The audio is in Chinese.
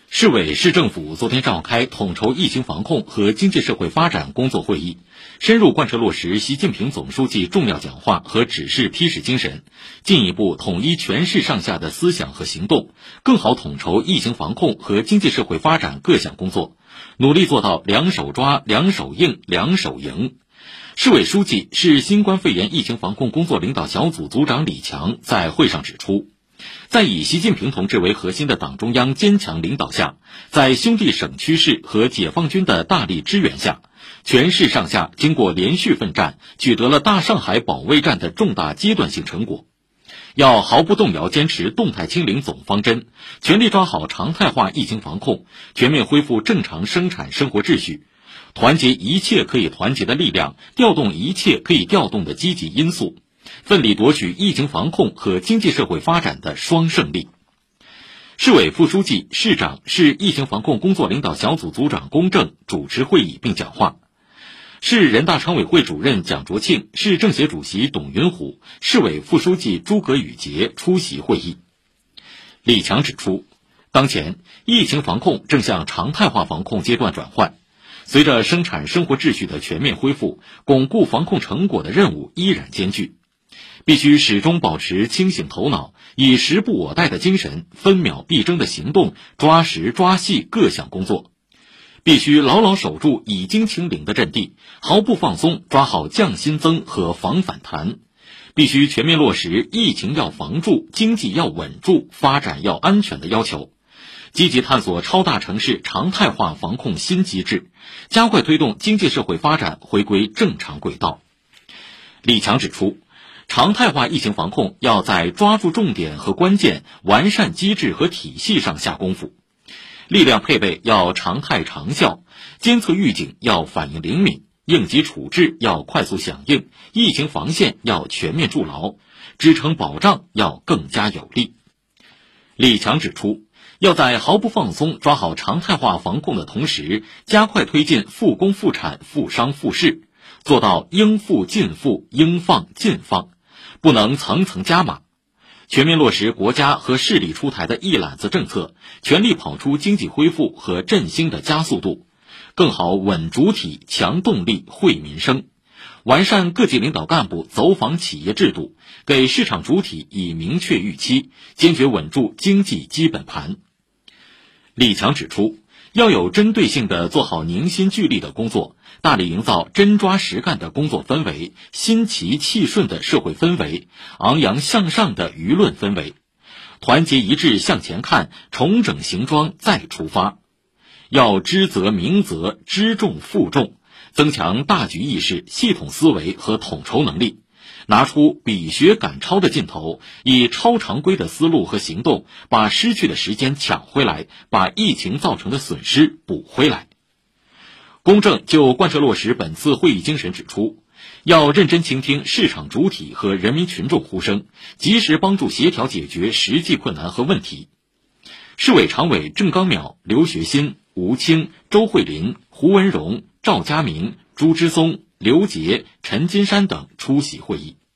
市委市政府昨天召开统筹疫情防控和经济社会发展工作会议，深入贯彻落实习近平总书记重要讲话和指示批示精神，进一步统一全市上下的思想和行动，更好统筹疫情防控和经济社会发展各项工作，努力做到两手抓、两手硬、两手赢。市委书记、市新冠肺炎疫情防控工作领导小组组长李强在会上指出，在以习近平同志为核心的党中央坚强领导下，在兄弟省区市和解放军的大力支援下，全市上下经过连续奋战，取得了大上海保卫战的重大阶段性成果。要毫不动摇坚持动态清零总方针，全力抓好常态化疫情防控，全面恢复正常生产生活秩序，团结一切可以团结的力量，调动一切可以调动的积极因素，奋力夺取疫情防控和经济社会发展的双胜利。市委副书记、市长、市疫情防控工作领导小组组长龚正主持会议并讲话。市人大常委会主任蒋卓庆、市政协主席董云虎、市委副书记诸葛宇杰出席会议。李强指出，当前疫情防控正向常态化防控阶段转换，随着生产生活秩序的全面恢复，巩固防控成果的任务依然艰巨，必须始终保持清醒头脑，以时不我待的精神，分秒必争的行动，抓实抓细各项工作。必须牢牢守住已经清零的阵地，毫不放松抓好降新增和防反弹。必须全面落实疫情要防住、经济要稳住、发展要安全的要求，积极探索超大城市常态化防控新机制，加快推动经济社会发展回归正常轨道。李强指出，常态化疫情防控要在抓住重点和关键、完善机制和体系上下功夫，力量配备要常态长效，监测预警要反应灵敏，应急处置要快速响应，疫情防线要全面筑牢，支撑保障要更加有力。李强指出，要在毫不放松抓好常态化防控的同时，加快推进复工复产、复商复市，做到应复尽复、应放尽放，不能层层加码。全面落实国家和市里出台的一揽子政策，全力跑出经济恢复和振兴的加速度，更好稳主体、强动力、惠民生，完善各级领导干部走访企业制度，给市场主体以明确预期，坚决稳住经济基本盘。李强指出，要有针对性地做好凝心聚力的工作，大力营造真抓实干的工作氛围、心齐气顺的社会氛围、昂扬向上的舆论氛围，团结一致向前看，重整行装再出发。要知责明责，知重负重，增强大局意识、系统思维和统筹能力，拿出比学赶超的劲头，以超常规的思路和行动，把失去的时间抢回来，把疫情造成的损失补回来。龚正就贯彻落实本次会议精神指出，要认真倾听市场主体和人民群众呼声，及时帮助协调解决实际困难和问题。市委常委郑刚淼、刘学新、吴清、周慧玲、胡文荣、赵家明、朱之松、刘杰、陈金山等出席会议。